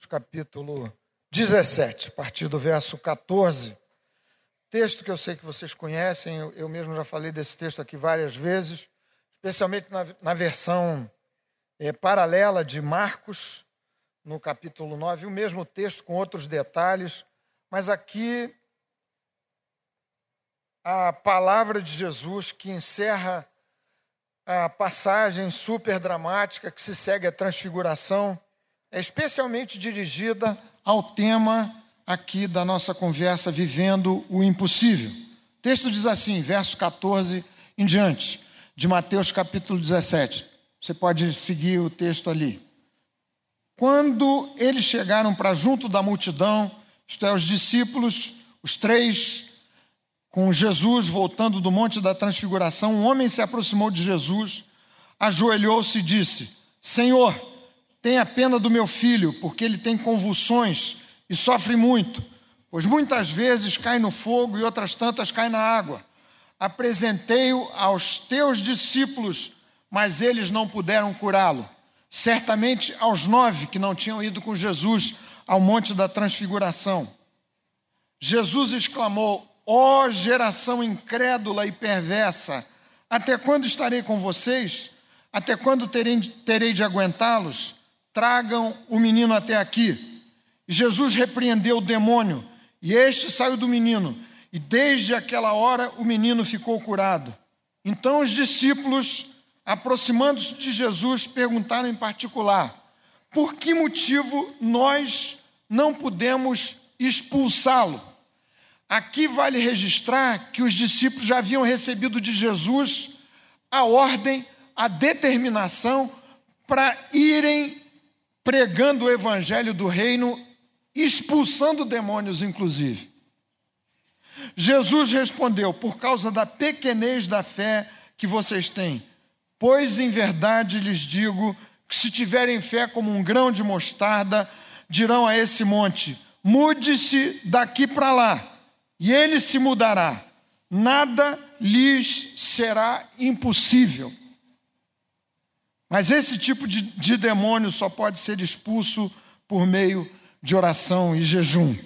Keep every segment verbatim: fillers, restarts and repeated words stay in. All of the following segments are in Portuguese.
capítulo dezessete, a partir do verso quatorze. Texto que eu sei que vocês conhecem, eu, eu mesmo já falei desse texto aqui várias vezes, especialmente na, na versão é, paralela de Marcos, no capítulo nove, o mesmo texto com outros detalhes, mas aqui a palavra de Jesus que encerra a passagem super dramática que se segue à transfiguração, é especialmente dirigida ao tema aqui da nossa conversa, Vivendo o Impossível. O texto diz assim, verso quatorze em diante, de Mateus capítulo dezessete. Você pode seguir o texto ali. Quando eles chegaram para junto da multidão, isto é, os discípulos, os três, com Jesus voltando do Monte da Transfiguração, um homem se aproximou de Jesus, ajoelhou-se e disse: Senhor, tenha pena do meu filho, porque ele tem convulsões e sofre muito, pois muitas vezes cai no fogo e outras tantas cai na água. Apresentei-o aos teus discípulos, mas eles não puderam curá-lo. Certamente aos nove que não tinham ido com Jesus ao Monte da Transfiguração. Jesus exclamou: ó geração incrédula e perversa, até quando estarei com vocês? Até quando terei, terei de aguentá-los? Tragam o menino até aqui. Jesus repreendeu o demônio, e este saiu do menino, e desde aquela hora o menino ficou curado. Então os discípulos, aproximando-se de Jesus, perguntaram em particular: por que motivo nós não pudemos expulsá-lo? Aqui vale registrar que os discípulos já haviam recebido de Jesus a ordem, a determinação para irem pregando o evangelho do reino, expulsando demônios, inclusive. Jesus respondeu: por causa da pequenez da fé que vocês têm, pois em verdade lhes digo que se tiverem fé como um grão de mostarda, dirão a esse monte: mude-se daqui para lá, e ele se mudará. Nada lhes será impossível. Mas esse tipo de, de demônio só pode ser expulso por meio de oração e jejum.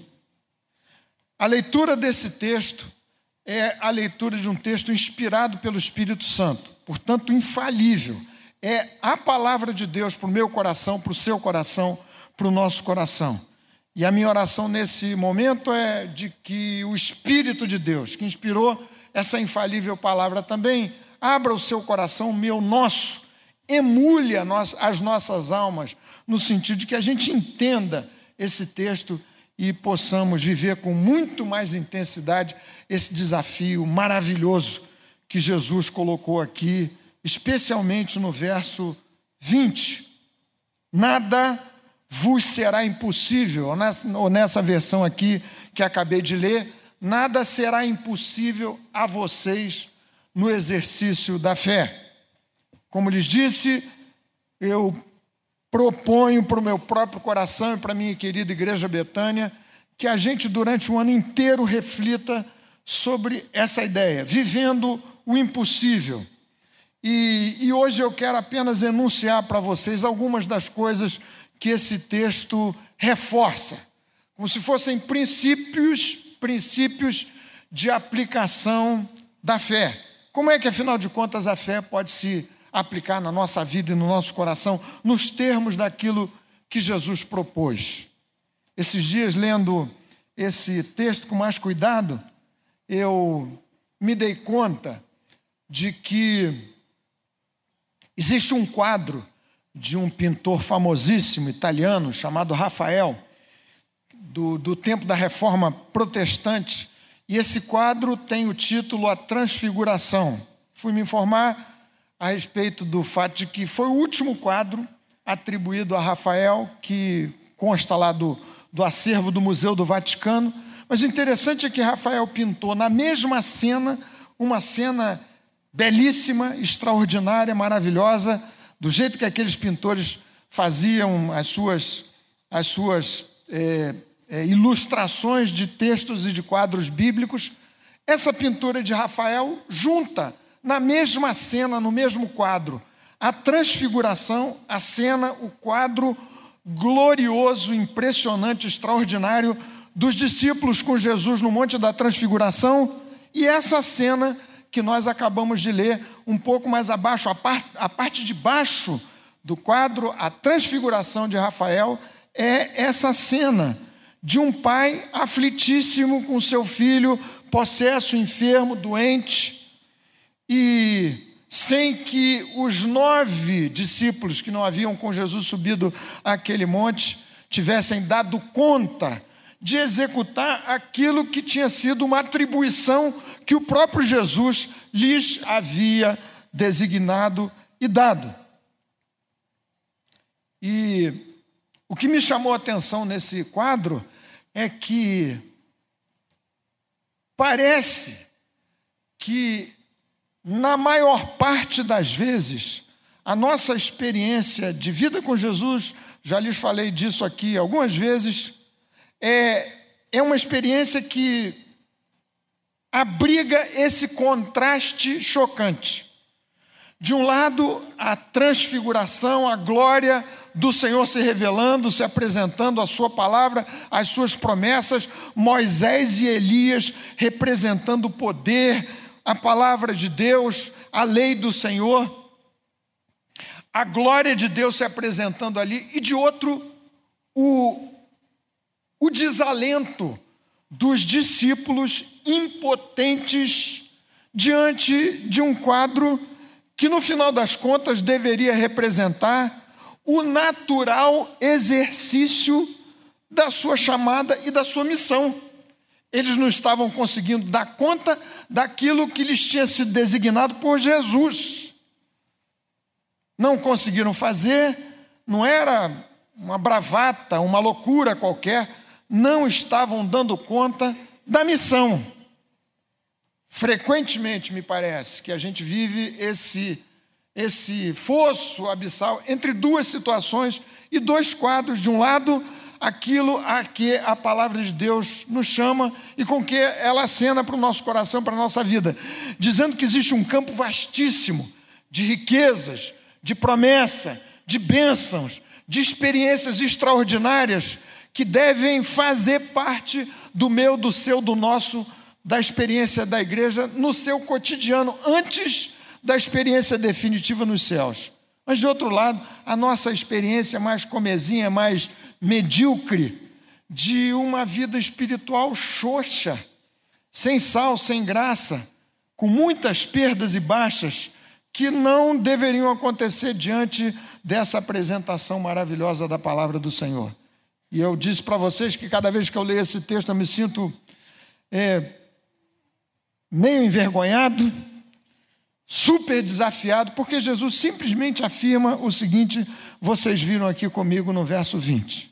A leitura desse texto é a leitura de um texto inspirado pelo Espírito Santo, portanto infalível. É a palavra de Deus para o meu coração, para o seu coração, para o nosso coração. E a minha oração nesse momento é de que o Espírito de Deus, que inspirou essa infalível palavra também, abra o seu coração, o meu, nosso, emule a nós, as nossas almas, no sentido de que a gente entenda esse texto e possamos viver com muito mais intensidade esse desafio maravilhoso que Jesus colocou aqui, especialmente no verso vinte. Nada vos será impossível, ou nessa, ou nessa versão aqui que acabei de ler, nada será impossível a vocês no exercício da fé. Como lhes disse, eu proponho para o meu próprio coração e para a minha querida Igreja Betânia que a gente durante um ano inteiro reflita sobre essa ideia, vivendo o impossível. E, e hoje eu quero apenas enunciar para vocês algumas das coisas que esse texto reforça, como se fossem princípios, princípios de aplicação da fé. Como é que, afinal de contas, a fé pode se aplicar na nossa vida e no nosso coração, nos termos daquilo que Jesus propôs? Esses dias, lendo esse texto com mais cuidado, eu me dei conta de que existe um quadro de um pintor famosíssimo italiano chamado Rafael, do, do tempo da Reforma Protestante, e esse quadro tem o título A Transfiguração. Fui me informar a respeito do fato de que foi o último quadro atribuído a Rafael, que consta lá do, do acervo do Museu do Vaticano. Mas o interessante é que Rafael pintou na mesma cena, uma cena belíssima, extraordinária, maravilhosa, do jeito que aqueles pintores faziam as suas, as suas é, é, ilustrações de textos e de quadros bíblicos. Essa pintura de Rafael junta na mesma cena, no mesmo quadro, a transfiguração, a cena, o quadro glorioso, impressionante, extraordinário dos discípulos com Jesus no Monte da Transfiguração, e essa cena que nós acabamos de ler um pouco mais abaixo, a, par, a parte de baixo do quadro, a Transfiguração de Rafael, é essa cena de um pai aflitíssimo com seu filho, possesso, enfermo, doente, e sem que os nove discípulos que não haviam com Jesus subido àquele monte tivessem dado conta de executar aquilo que tinha sido uma atribuição que o próprio Jesus lhes havia designado e dado. E o que me chamou a atenção nesse quadro é que parece que, na maior parte das vezes, a nossa experiência de vida com Jesus, já lhes falei disso aqui algumas vezes, é, é uma experiência que abriga esse contraste chocante. De um lado, a transfiguração, a glória do Senhor se revelando, se apresentando a sua palavra, as suas promessas, Moisés e Elias representando o poder, a palavra de Deus, a lei do Senhor, a glória de Deus se apresentando ali, e de outro, o, o desalento dos discípulos impotentes diante de um quadro que, no final das contas, deveria representar o natural exercício da sua chamada e da sua missão. Eles não estavam conseguindo dar conta daquilo que lhes tinha sido designado por Jesus. Não conseguiram fazer, não era uma bravata, uma loucura qualquer, não estavam dando conta da missão. Frequentemente, me parece, que a gente vive esse, esse fosso abissal entre duas situações e dois quadros. De um lado, aquilo a que a palavra de Deus nos chama e com que ela acena para o nosso coração, para a nossa vida, dizendo que existe um campo vastíssimo de riquezas, de promessa, de bênçãos, de experiências extraordinárias que devem fazer parte do meu, do seu, do nosso, da experiência da igreja no seu cotidiano, antes da experiência definitiva nos céus. Mas, de outro lado, a nossa experiência mais comezinha, mais medíocre, de uma vida espiritual xoxa, sem sal, sem graça, com muitas perdas e baixas, que não deveriam acontecer diante dessa apresentação maravilhosa da palavra do Senhor. E eu disse para vocês que cada vez que eu leio esse texto eu me sinto é, meio envergonhado, super desafiado, porque Jesus simplesmente afirma o seguinte, vocês viram aqui comigo no verso vinte.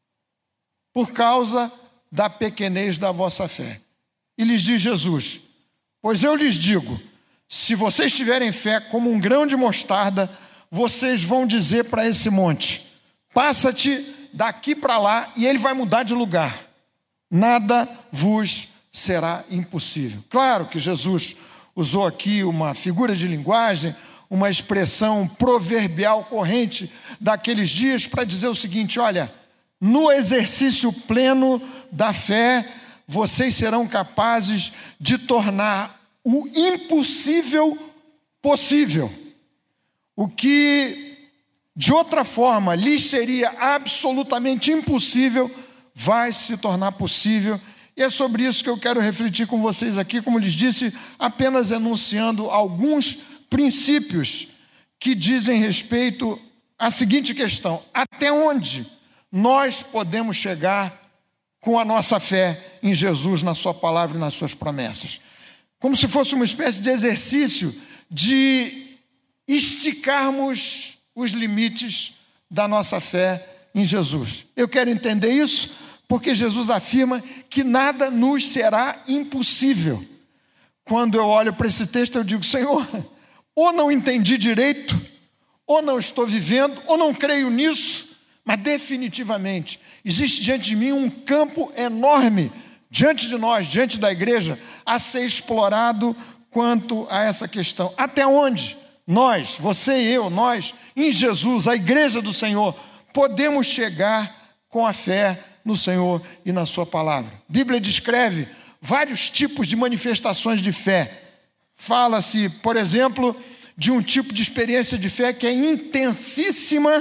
Por causa da pequenez da vossa fé. E lhes diz Jesus, pois eu lhes digo, se vocês tiverem fé como um grão de mostarda, vocês vão dizer para esse monte, passa-te daqui para lá, e ele vai mudar de lugar. Nada vos será impossível. Claro que Jesus usou aqui uma figura de linguagem, uma expressão proverbial corrente daqueles dias para dizer o seguinte, olha, no exercício pleno da fé, vocês serão capazes de tornar o impossível possível. O que de outra forma lhes seria absolutamente impossível, vai se tornar possível. E é sobre isso que eu quero refletir com vocês aqui, como lhes disse, apenas enunciando alguns princípios que dizem respeito à seguinte questão: até onde nós podemos chegar com a nossa fé em Jesus, na sua palavra e nas suas promessas? Como se fosse uma espécie de exercício de esticarmos os limites da nossa fé em Jesus. Eu quero entender isso porque Jesus afirma que nada nos será impossível. Quando eu olho para esse texto, eu digo, Senhor, ou não entendi direito, ou não estou vivendo, ou não creio nisso, mas definitivamente existe diante de mim um campo enorme, diante de nós, diante da igreja, a ser explorado quanto a essa questão. Até onde nós, você e eu, nós, em Jesus, a igreja do Senhor, podemos chegar com a fé no Senhor e na sua palavra. A Bíblia descreve vários tipos de manifestações de fé. Fala-se, por exemplo, de um tipo de experiência de fé que é intensíssima,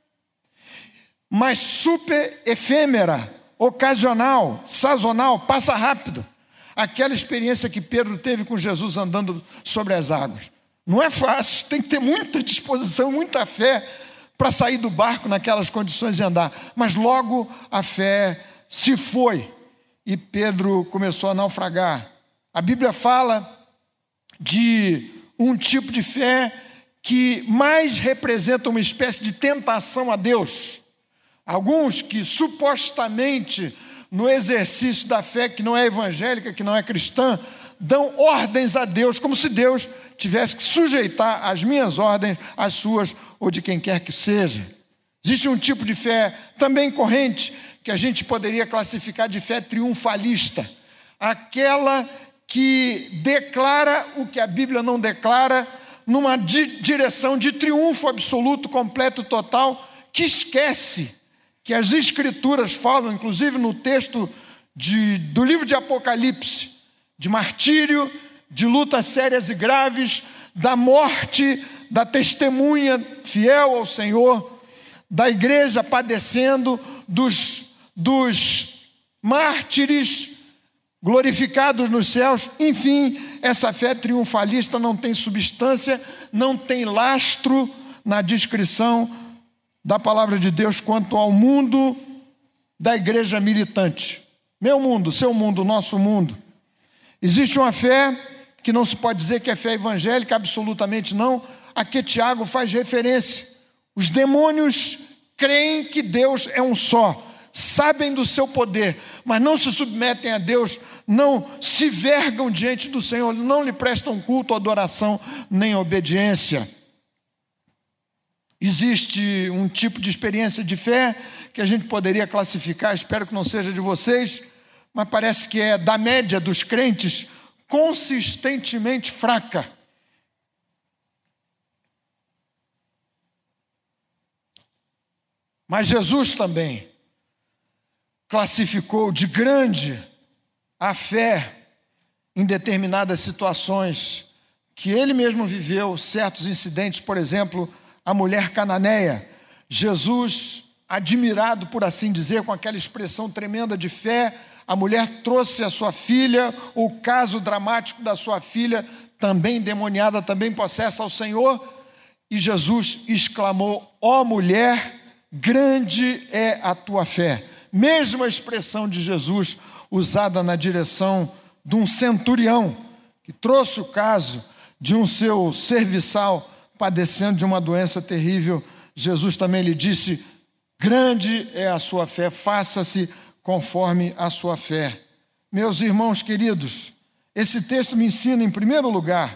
mas super efêmera, ocasional, sazonal, passa rápido. Aquela experiência que Pedro teve com Jesus andando sobre as águas. Não é fácil, tem que ter muita disposição, muita fé para sair do barco naquelas condições e andar. Mas logo a fé se foi e Pedro começou a naufragar. A Bíblia fala de um tipo de fé que mais representa uma espécie de tentação a Deus. Alguns que supostamente no exercício da fé que não é evangélica, que não é cristã, dão ordens a Deus, como se Deus tivesse que sujeitar as minhas ordens, as suas ou de quem quer que seja. Existe um tipo de fé também corrente, que a gente poderia classificar de fé triunfalista, aquela que declara o que a Bíblia não declara, numa di- direção de triunfo absoluto, completo, total, que esquece que as Escrituras falam, inclusive no texto de, do livro de Apocalipse, de martírio, de lutas sérias e graves, da morte, da testemunha fiel ao Senhor, da igreja padecendo, dos, dos mártires glorificados nos céus. Enfim, essa fé triunfalista não tem substância, não tem lastro na descrição da palavra de Deus quanto ao mundo da igreja militante. Meu mundo, seu mundo, nosso mundo. Existe uma fé que não se pode dizer que é fé evangélica, absolutamente não, a que Tiago faz referência. Os demônios creem que Deus é um só, sabem do seu poder, mas não se submetem a Deus, não se vergam diante do Senhor, não lhe prestam culto, adoração, nem obediência. Existe um tipo de experiência de fé que a gente poderia classificar, espero que não seja de vocês, mas parece que é da média dos crentes, consistentemente fraca. Mas Jesus também classificou de grande a fé em determinadas situações que ele mesmo viveu, certos incidentes, por exemplo, a mulher cananeia. Jesus, admirado, por assim dizer, com aquela expressão tremenda de fé, a mulher trouxe a sua filha, o caso dramático da sua filha, também endemoniada, também possessa ao Senhor, e Jesus exclamou: ó mulher, grande é a tua fé. Mesma expressão de Jesus usada na direção de um centurião, que trouxe o caso de um seu serviçal padecendo de uma doença terrível. Jesus também lhe disse: grande é a sua fé, faça-se conforme a sua fé. Meus irmãos queridos, esse texto me ensina, em primeiro lugar,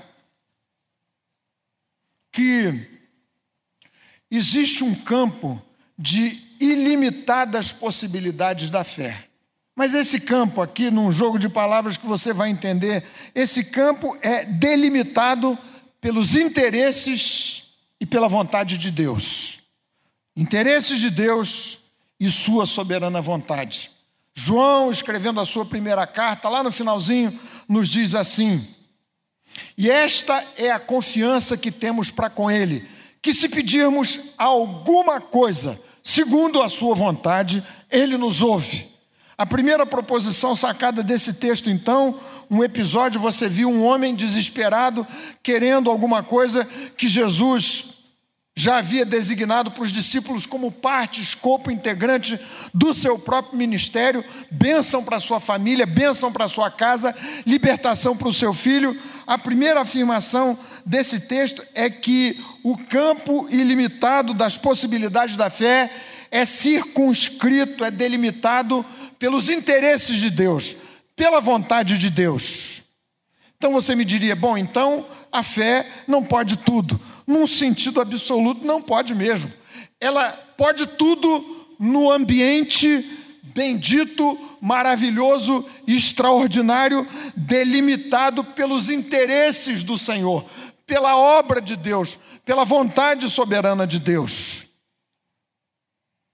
que existe um campo de ilimitadas possibilidades da fé. Mas esse campo aqui, num jogo de palavras que você vai entender, esse campo é delimitado pelos interesses e pela vontade de Deus. Interesses de Deus e sua soberana vontade. João, escrevendo a sua primeira carta, lá no finalzinho, nos diz assim: e esta é a confiança que temos para com Ele, que se pedirmos alguma coisa, segundo a sua vontade, Ele nos ouve. A primeira proposição sacada desse texto, então, um episódio, você viu um homem desesperado, querendo alguma coisa que Jesus já havia designado para os discípulos como parte, escopo integrante do seu próprio ministério, bênção para a sua família, bênção para a sua casa, libertação para o seu filho. A primeira afirmação desse texto é que o campo ilimitado das possibilidades da fé é circunscrito, é delimitado pelos interesses de Deus, pela vontade de Deus. Então você me diria: bom, então a fé não pode tudo. Num sentido absoluto, não pode mesmo. Ela pode tudo no ambiente bendito, maravilhoso, extraordinário, delimitado pelos interesses do Senhor, pela obra de Deus, pela vontade soberana de Deus.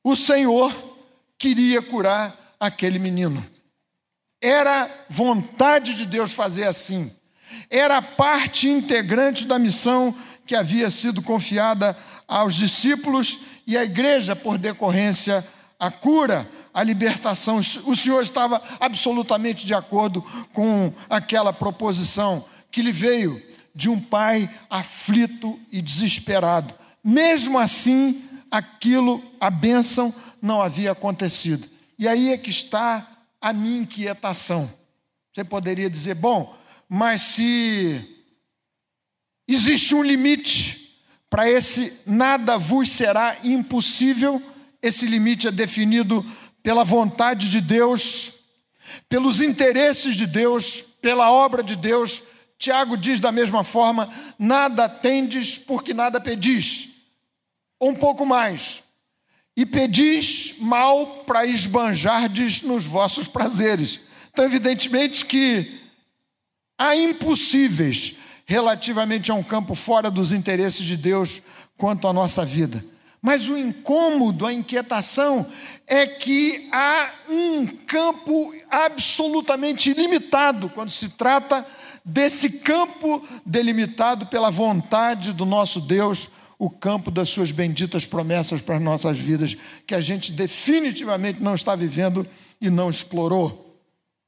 o Senhor queria curar aquele menino. Era vontade de Deus fazer assim. Era parte integrante da missão que havia sido confiada aos discípulos e à igreja por decorrência a cura, a libertação. O Senhor estava absolutamente de acordo com aquela proposição que lhe veio de um pai aflito e desesperado. Mesmo assim, aquilo, a bênção, não havia acontecido. E aí é que está a minha inquietação. Você poderia dizer, bom, mas se existe um limite para esse nada vos será impossível, esse limite é definido pela vontade de Deus, pelos interesses de Deus, pela obra de Deus. Tiago diz da mesma forma, nada tendes porque nada pedis. Ou um pouco mais. E pedis mal para esbanjardes nos vossos prazeres. Então, evidentemente que há impossíveis relativamente a um campo fora dos interesses de Deus quanto à nossa vida. Mas o incômodo, a inquietação, é que há um campo absolutamente ilimitado quando se trata desse campo delimitado pela vontade do nosso Deus, o campo das suas benditas promessas para as nossas vidas, que a gente definitivamente não está vivendo e não explorou.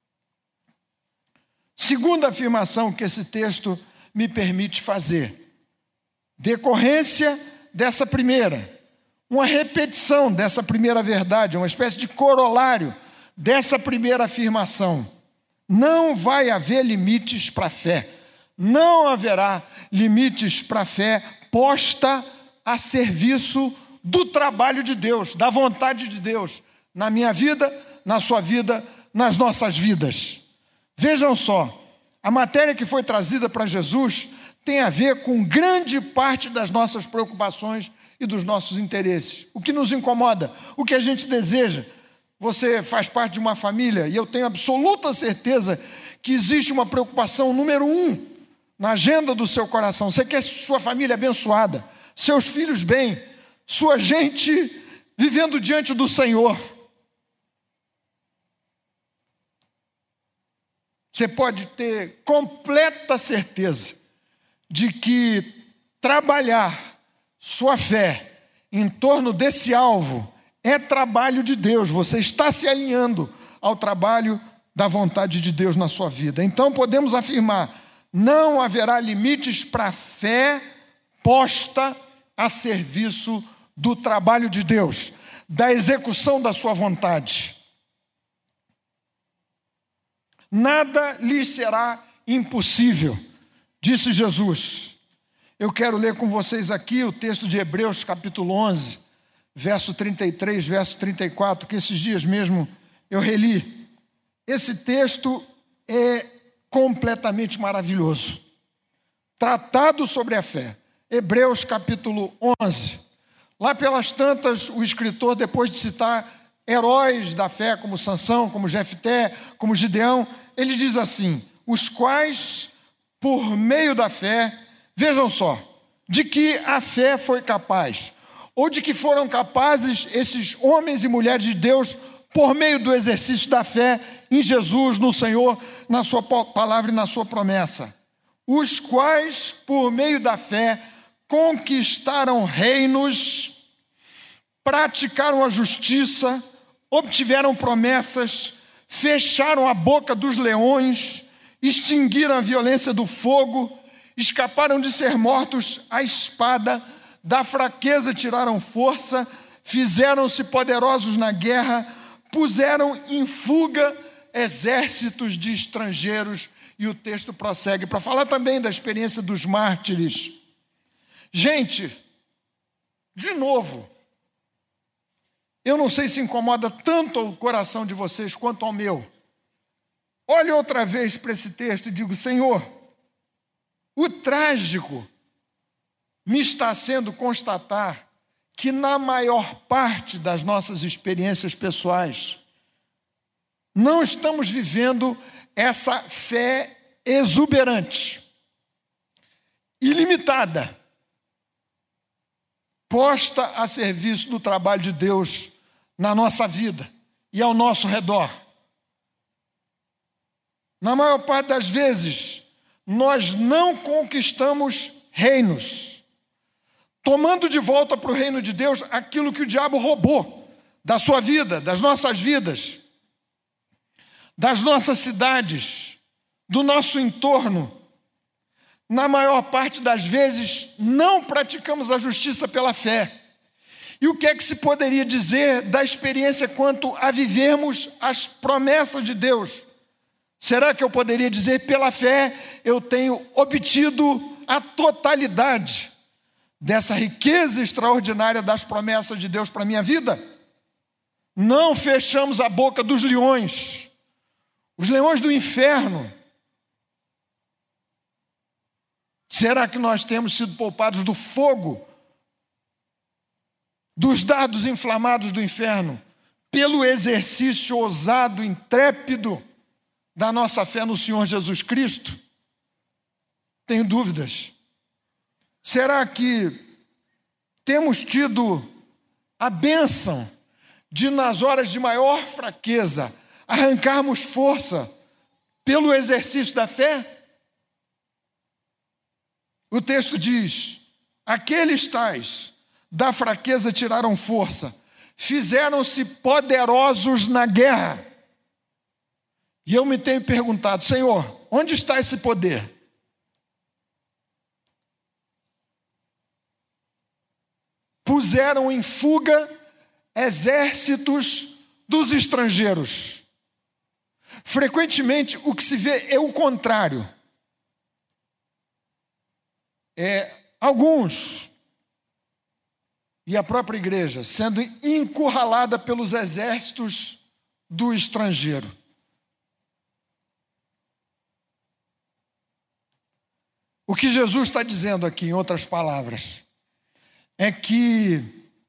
Segunda afirmação que esse texto me permite fazer. Decorrência dessa primeira, uma repetição dessa primeira verdade, uma espécie de corolário dessa primeira afirmação. Não vai haver limites para a fé. Não haverá limites para a fé posta a serviço do trabalho de Deus, da vontade de Deus, na minha vida, na sua vida, nas nossas vidas. Vejam só, a matéria que foi trazida para Jesus tem a ver com grande parte das nossas preocupações e dos nossos interesses. O que nos incomoda, o que a gente deseja. Você faz parte de uma família e eu tenho absoluta certeza que existe uma preocupação número um na agenda do seu coração. Você quer sua família abençoada, seus filhos bem, sua gente vivendo diante do Senhor. Você pode ter completa certeza de que trabalhar sua fé em torno desse alvo é trabalho de Deus. Você está se alinhando ao trabalho da vontade de Deus na sua vida. Então podemos afirmar, não haverá limites para a fé posta a serviço do trabalho de Deus, da execução da sua vontade. Nada lhe será impossível, disse Jesus. Eu quero ler com vocês aqui o texto de Hebreus, capítulo onze, verso trinta e três, verso trinta e quatro, que esses dias mesmo eu reli. Esse texto é completamente maravilhoso. Tratado sobre a fé. Hebreus, capítulo onze. Lá pelas tantas, o escritor, depois de citar heróis da fé, como Sansão, como Jefté, como Gideão, ele diz assim, os quais, por meio da fé, vejam só, de que a fé foi capaz, ou de que foram capazes esses homens e mulheres de Deus, por meio do exercício da fé em Jesus, no Senhor, na sua palavra e na sua promessa, os quais, por meio da fé, conquistaram reinos, praticaram a justiça, obtiveram promessas, fecharam a boca dos leões, extinguiram a violência do fogo, escaparam de ser mortos à espada, da fraqueza tiraram força, fizeram-se poderosos na guerra, puseram em fuga exércitos de estrangeiros. E o texto prossegue para falar também da experiência dos mártires. Gente, de novo, eu não sei se incomoda tanto o coração de vocês quanto ao meu. Olhe outra vez para esse texto e digo, Senhor, o trágico me está sendo constatar que na maior parte das nossas experiências pessoais, não estamos vivendo essa fé exuberante, ilimitada, posta a serviço do trabalho de Deus na nossa vida e ao nosso redor. Na maior parte das vezes, nós não conquistamos reinos, tomando de volta para o reino de Deus aquilo que o diabo roubou da sua vida, das nossas vidas, das nossas cidades, do nosso entorno. Na maior parte das vezes, não praticamos a justiça pela fé. E o que é que se poderia dizer da experiência quanto a vivermos as promessas de Deus? Será que eu poderia dizer, pela fé, eu tenho obtido a totalidade dessa riqueza extraordinária das promessas de Deus para a minha vida? Não fechamos a boca dos leões, os leões do inferno. Será que nós temos sido poupados do fogo, dos dardos inflamados do inferno, pelo exercício ousado, intrépido da nossa fé no Senhor Jesus Cristo? Tenho dúvidas. Será que temos tido a bênção de, nas horas de maior fraqueza, arrancarmos força pelo exercício da fé? O texto diz: aqueles tais da fraqueza tiraram força, fizeram-se poderosos na guerra. E eu me tenho perguntado, Senhor, onde está esse poder? Puseram em fuga exércitos dos estrangeiros. Frequentemente, o que se vê é o contrário. É, alguns, e a própria igreja, sendo encurralada pelos exércitos do estrangeiro. O que Jesus está dizendo aqui, em outras palavras, é que,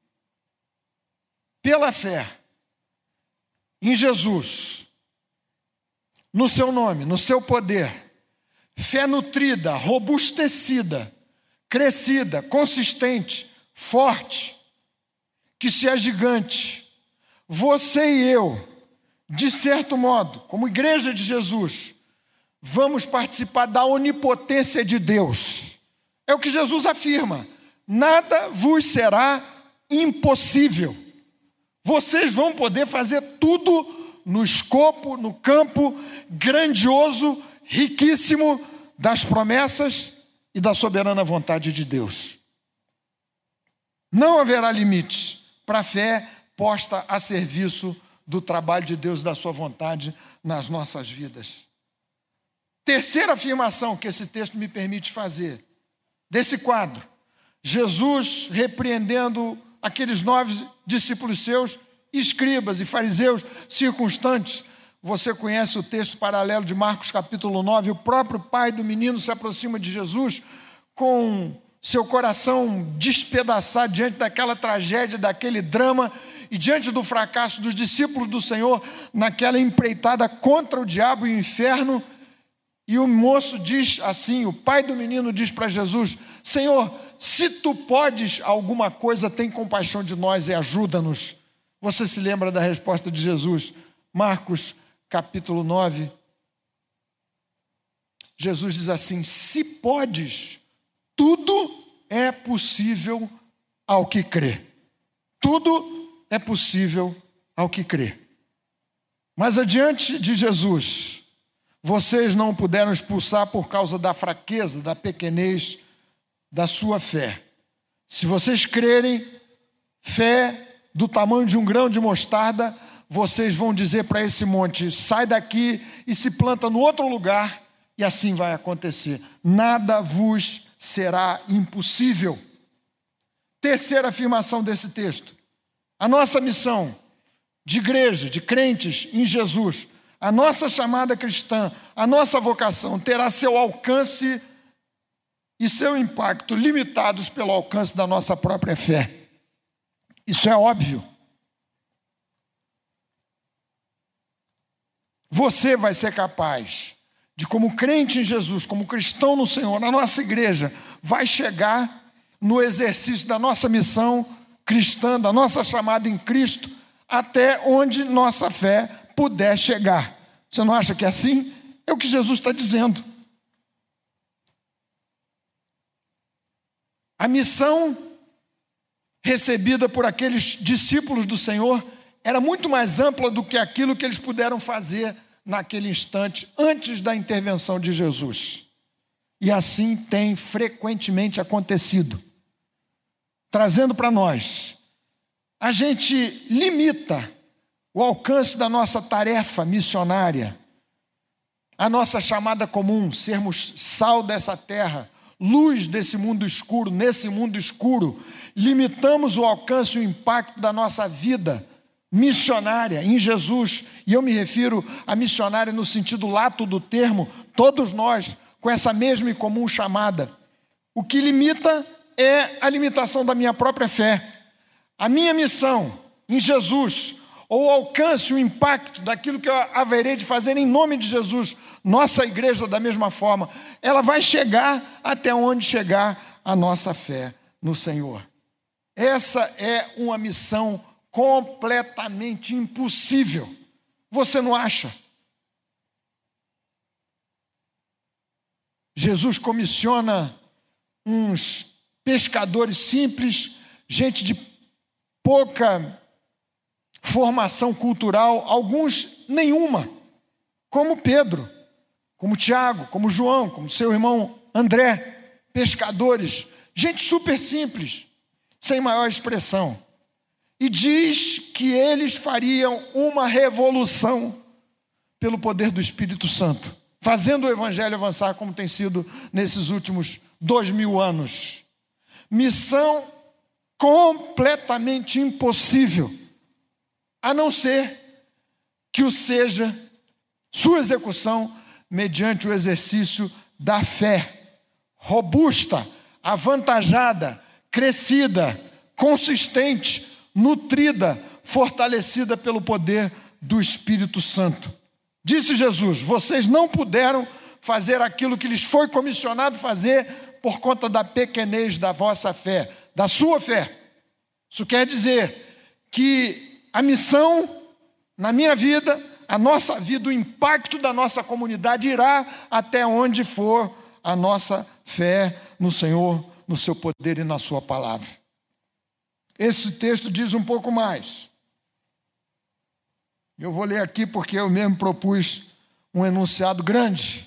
pela fé em Jesus, no seu nome, no seu poder, fé nutrida, robustecida, crescida, consistente, forte, que se agigante, você e eu, de certo modo, como igreja de Jesus, vamos participar da onipotência de Deus. É o que Jesus afirma: nada vos será impossível. Vocês vão poder fazer tudo no escopo, no campo grandioso, riquíssimo das promessas e da soberana vontade de Deus. Não haverá limites para a fé posta a serviço do trabalho de Deus e da sua vontade nas nossas vidas. Terceira afirmação que esse texto me permite fazer, desse quadro: Jesus repreendendo aqueles nove discípulos seus, escribas e fariseus circunstantes. Você conhece o texto paralelo de Marcos capítulo nove, o próprio pai do menino se aproxima de Jesus com seu coração despedaçado diante daquela tragédia, daquele drama, e diante do fracasso dos discípulos do Senhor naquela empreitada contra o diabo e o inferno. E o moço diz assim, o pai do menino diz para Jesus: Senhor, se tu podes alguma coisa, tem compaixão de nós e ajuda-nos. Você se lembra da resposta de Jesus? Marcos capítulo nove. Jesus diz assim: se podes, tudo é possível ao que crê. Tudo é possível ao que crê. Mas adiante de Jesus, vocês não puderam expulsar por causa da fraqueza, da pequenez da sua fé. Se vocês crerem, fé do tamanho de um grão de mostarda, vocês vão dizer para esse monte: sai daqui e se planta no outro lugar, e assim vai acontecer. Nada vos será impossível. Terceira afirmação desse texto: a nossa missão de igreja, de crentes em Jesus, a nossa chamada cristã, a nossa vocação terá seu alcance e seu impacto limitados pelo alcance da nossa própria fé. Isso é óbvio. Você vai ser capaz de, como crente em Jesus, como cristão no Senhor, na nossa igreja, vai chegar no exercício da nossa missão cristã, da nossa chamada em Cristo, até onde nossa fé puder chegar. Você não acha que é assim? É o que Jesus está dizendo. A missão recebida por aqueles discípulos do Senhor era muito mais ampla do que aquilo que eles puderam fazer naquele instante, antes da intervenção de Jesus. E assim tem frequentemente acontecido. Trazendo para nós, a gente limita o alcance da nossa tarefa missionária, a nossa chamada comum, sermos sal dessa terra, luz desse mundo escuro, nesse mundo escuro, limitamos o alcance e o impacto da nossa vida missionária em Jesus, e eu me refiro a missionária no sentido lato do termo, todos nós com essa mesma e comum chamada. O que limita é a limitação da minha própria fé. A minha missão em Jesus, ou o alcance, o impacto daquilo que eu haverei de fazer em nome de Jesus, nossa igreja da mesma forma, ela vai chegar até onde chegar a nossa fé no Senhor. Essa é uma missão completamente impossível. Você não acha? Jesus comissiona uns pescadores simples, gente de pouca formação cultural, alguns nenhuma, como Pedro, como Tiago, como João, como seu irmão André, pescadores, gente super simples, sem maior expressão. E diz que eles fariam uma revolução pelo poder do Espírito Santo, fazendo o Evangelho avançar como tem sido nesses últimos dois mil anos. Missão completamente impossível, a não ser que o seja sua execução mediante o exercício da fé, robusta, avantajada, crescida, consistente, nutrida, fortalecida pelo poder do Espírito Santo. Disse Jesus: vocês não puderam fazer aquilo que lhes foi comissionado fazer por conta da pequenez da vossa fé, da sua fé. Isso quer dizer que a missão na minha vida, a nossa vida, o impacto da nossa comunidade irá até onde for a nossa fé no Senhor, no seu poder e na sua palavra. Esse texto diz um pouco mais. Eu vou ler aqui porque eu mesmo propus um enunciado grande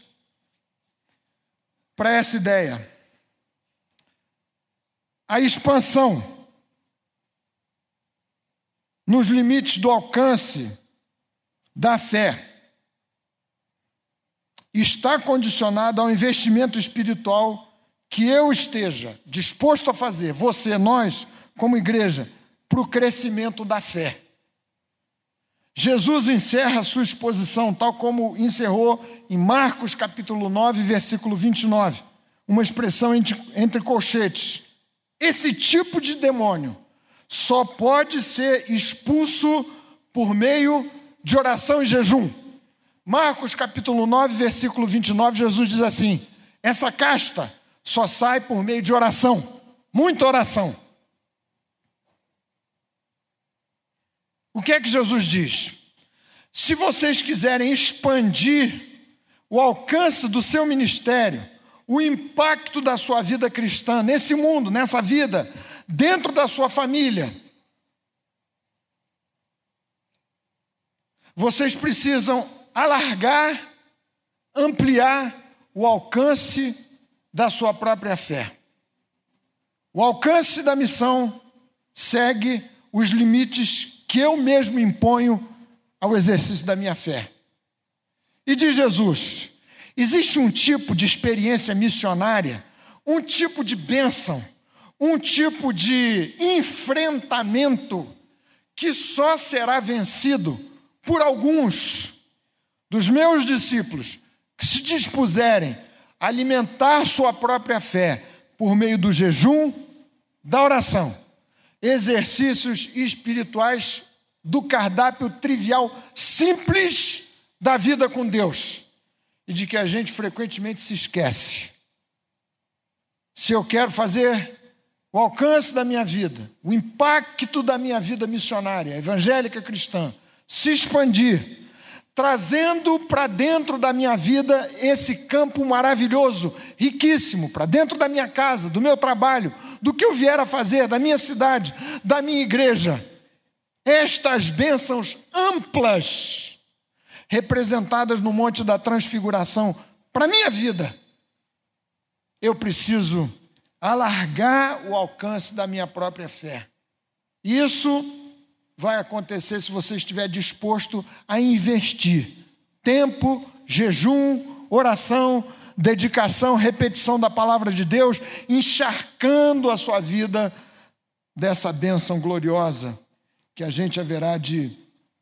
para essa ideia. A expansão nos limites do alcance da fé está condicionada ao investimento espiritual que eu esteja disposto a fazer, você, nós, como igreja, para o crescimento da fé. Jesus encerra a sua exposição, tal como encerrou em Marcos capítulo nove, versículo vinte e nove, uma expressão entre, entre colchetes. Esse tipo de demônio só pode ser expulso por meio de oração e jejum. Marcos capítulo nove, versículo vinte e nove, Jesus diz assim: essa casta só sai por meio de oração, muita oração. O que é que Jesus diz? Se vocês quiserem expandir o alcance do seu ministério, o impacto da sua vida cristã nesse mundo, nessa vida, dentro da sua família, vocês precisam alargar, ampliar o alcance da sua própria fé. O alcance da missão segue os limites que eu mesmo imponho ao exercício da minha fé. E diz Jesus: existe um tipo de experiência missionária, um tipo de bênção, um tipo de enfrentamento que só será vencido por alguns dos meus discípulos que se dispuserem a alimentar sua própria fé por meio do jejum, da oração, exercícios espirituais do cardápio trivial, simples da vida com Deus, e de que a gente frequentemente se esquece. Se eu quero fazer o alcance da minha vida, o impacto da minha vida missionária, evangélica cristã, se expandir, trazendo para dentro da minha vida esse campo maravilhoso, riquíssimo, para dentro da minha casa, do meu trabalho, do que eu vier a fazer, da minha cidade, da minha igreja. Estas bênçãos amplas, representadas no Monte da Transfiguração, para a minha vida, eu preciso alargar o alcance da minha própria fé. Isso vai acontecer se você estiver disposto a investir tempo, jejum, oração, dedicação, repetição da palavra de Deus, encharcando a sua vida dessa bênção gloriosa que a gente haverá de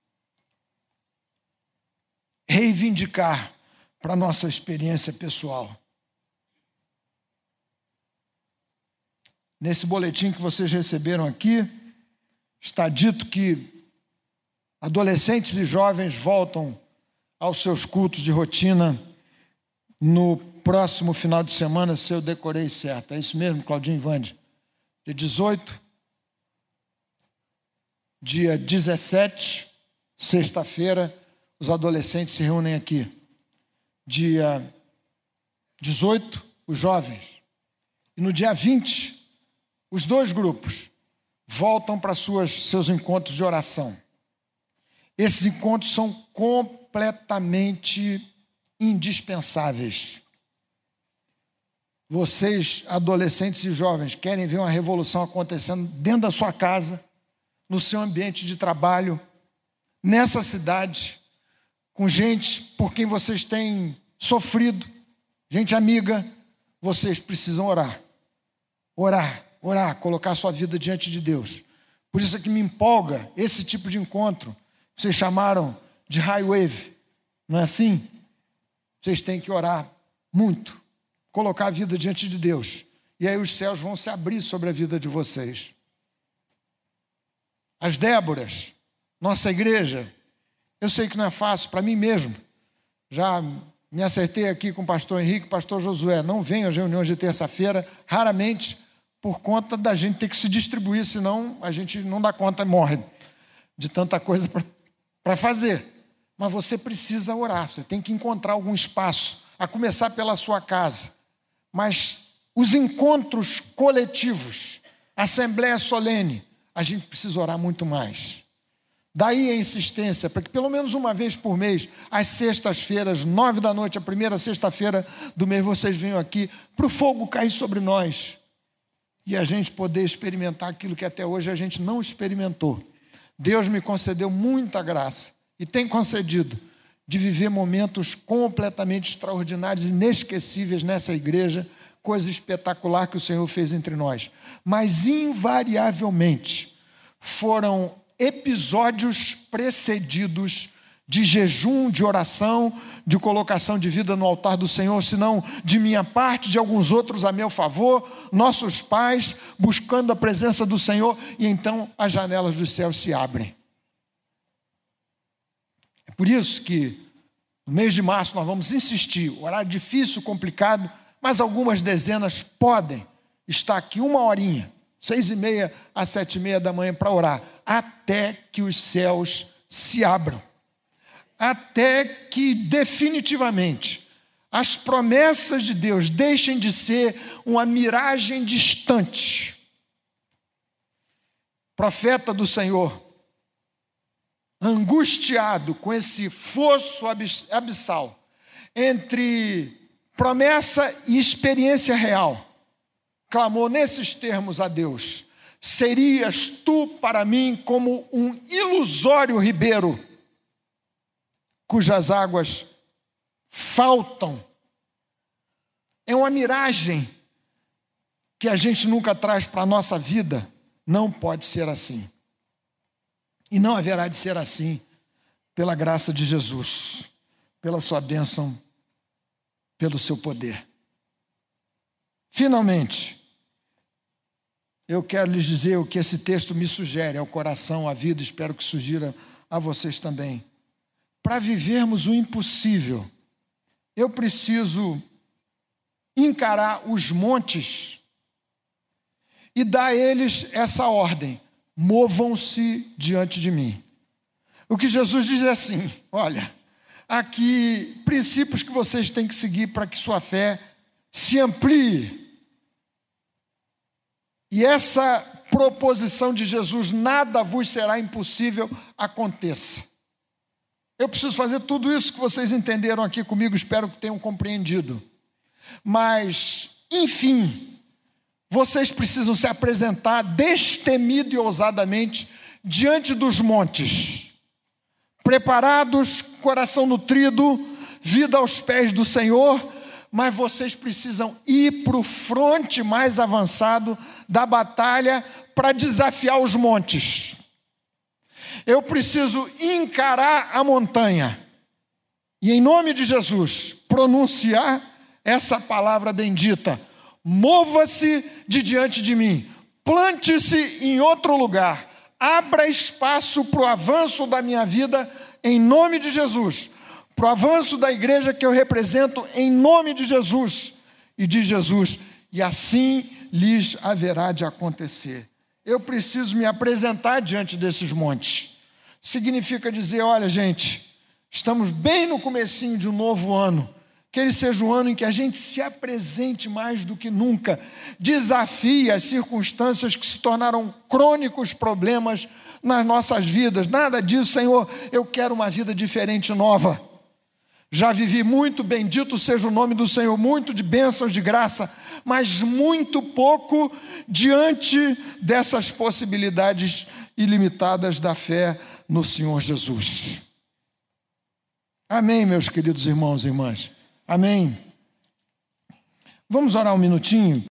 reivindicar para a nossa experiência pessoal. Nesse boletim que vocês receberam aqui, está dito que adolescentes e jovens voltam aos seus cultos de rotina no próximo final de semana, se eu decorei certo. É isso mesmo, Claudinho e Vande? Dia dezoito, dia dezessete, sexta-feira, os adolescentes se reúnem aqui. Dia dezoito, os jovens. E no dia vinte, os dois grupos voltam para suas, seus encontros de oração. Esses encontros são completamente indispensáveis. Vocês, adolescentes e jovens, querem ver uma revolução acontecendo dentro da sua casa, no seu ambiente de trabalho, nessa cidade, com gente por quem vocês têm sofrido, gente amiga, vocês precisam orar. Orar. Orar, colocar sua vida diante de Deus. Por isso é que me empolga esse tipo de encontro. Vocês chamaram de high wave, não é assim? Vocês têm que orar muito, colocar a vida diante de Deus. E aí os céus vão se abrir sobre a vida de vocês. As Déboras, nossa igreja, eu sei que não é fácil, para mim mesmo. Já me acertei aqui com o pastor Henrique e o pastor Josué. Não venho às reuniões de terça-feira, raramente, por conta da gente ter que se distribuir, senão a gente não dá conta e morre de tanta coisa para fazer. Mas você precisa orar, você tem que encontrar algum espaço, a começar pela sua casa. Mas os encontros coletivos, assembleia solene, a gente precisa orar muito mais. Daí a insistência, para que pelo menos uma vez por mês, às sextas-feiras, nove da noite, a primeira sexta-feira do mês, vocês venham aqui para o fogo cair sobre nós. E a gente poder experimentar aquilo que até hoje a gente não experimentou. Deus me concedeu muita graça e tem concedido de viver momentos completamente extraordinários, inesquecíveis nessa igreja, coisa espetacular que o Senhor fez entre nós. Mas, invariavelmente, foram episódios precedidos de jejum, de oração, de colocação de vida no altar do Senhor, senão de minha parte, de alguns outros a meu favor, nossos pais buscando a presença do Senhor, e então as janelas dos céus se abrem. É por isso que no mês de março nós vamos insistir, horário difícil, complicado, mas algumas dezenas podem estar aqui uma horinha, seis e meia às sete e meia da manhã para orar, até que os céus se abram. Até que definitivamente as promessas de Deus deixem de ser uma miragem distante. Profeta do Senhor, angustiado com esse fosso abissal entre promessa e experiência real, clamou nesses termos a Deus: serias tu para mim como um ilusório ribeiro, cujas águas faltam. É uma miragem que a gente nunca traz para a nossa vida. Não pode ser assim. E não haverá de ser assim pela graça de Jesus, pela sua bênção, pelo seu poder. Finalmente, eu quero lhes dizer o que esse texto me sugere ao coração, à vida, espero que sugira a vocês também. Para vivermos o impossível, eu preciso encarar os montes e dá a eles essa ordem: movam-se diante de mim. O que Jesus diz é assim: olha, aqui princípios que vocês têm que seguir para que sua fé se amplie. E essa proposição de Jesus, nada vos será impossível, aconteça. Eu preciso fazer tudo isso que vocês entenderam aqui comigo, espero que tenham compreendido. Mas, enfim, vocês precisam se apresentar destemido e ousadamente diante dos montes, preparados, coração nutrido, vida aos pés do Senhor, mas vocês precisam ir para o fronte mais avançado da batalha para desafiar os montes. Eu preciso encarar a montanha e, em nome de Jesus, pronunciar essa palavra bendita: mova-se de diante de mim, plante-se em outro lugar, abra espaço para o avanço da minha vida, em nome de Jesus, para o avanço da igreja que eu represento, em nome de Jesus. E de Jesus: e assim lhes haverá de acontecer. Eu preciso me apresentar diante desses montes. Significa dizer: olha, gente, estamos bem no comecinho de um novo ano, que ele seja um ano em que a gente se apresente mais do que nunca, desafie as circunstâncias que se tornaram crônicos problemas nas nossas vidas. Nada disso, Senhor, eu quero uma vida diferente, nova. Já vivi muito, bendito seja o nome do Senhor, muito de bênçãos de graça, mas muito pouco diante dessas possibilidades ilimitadas da fé no Senhor Jesus. Amém, meus queridos irmãos e irmãs? Amém. Vamos orar um minutinho?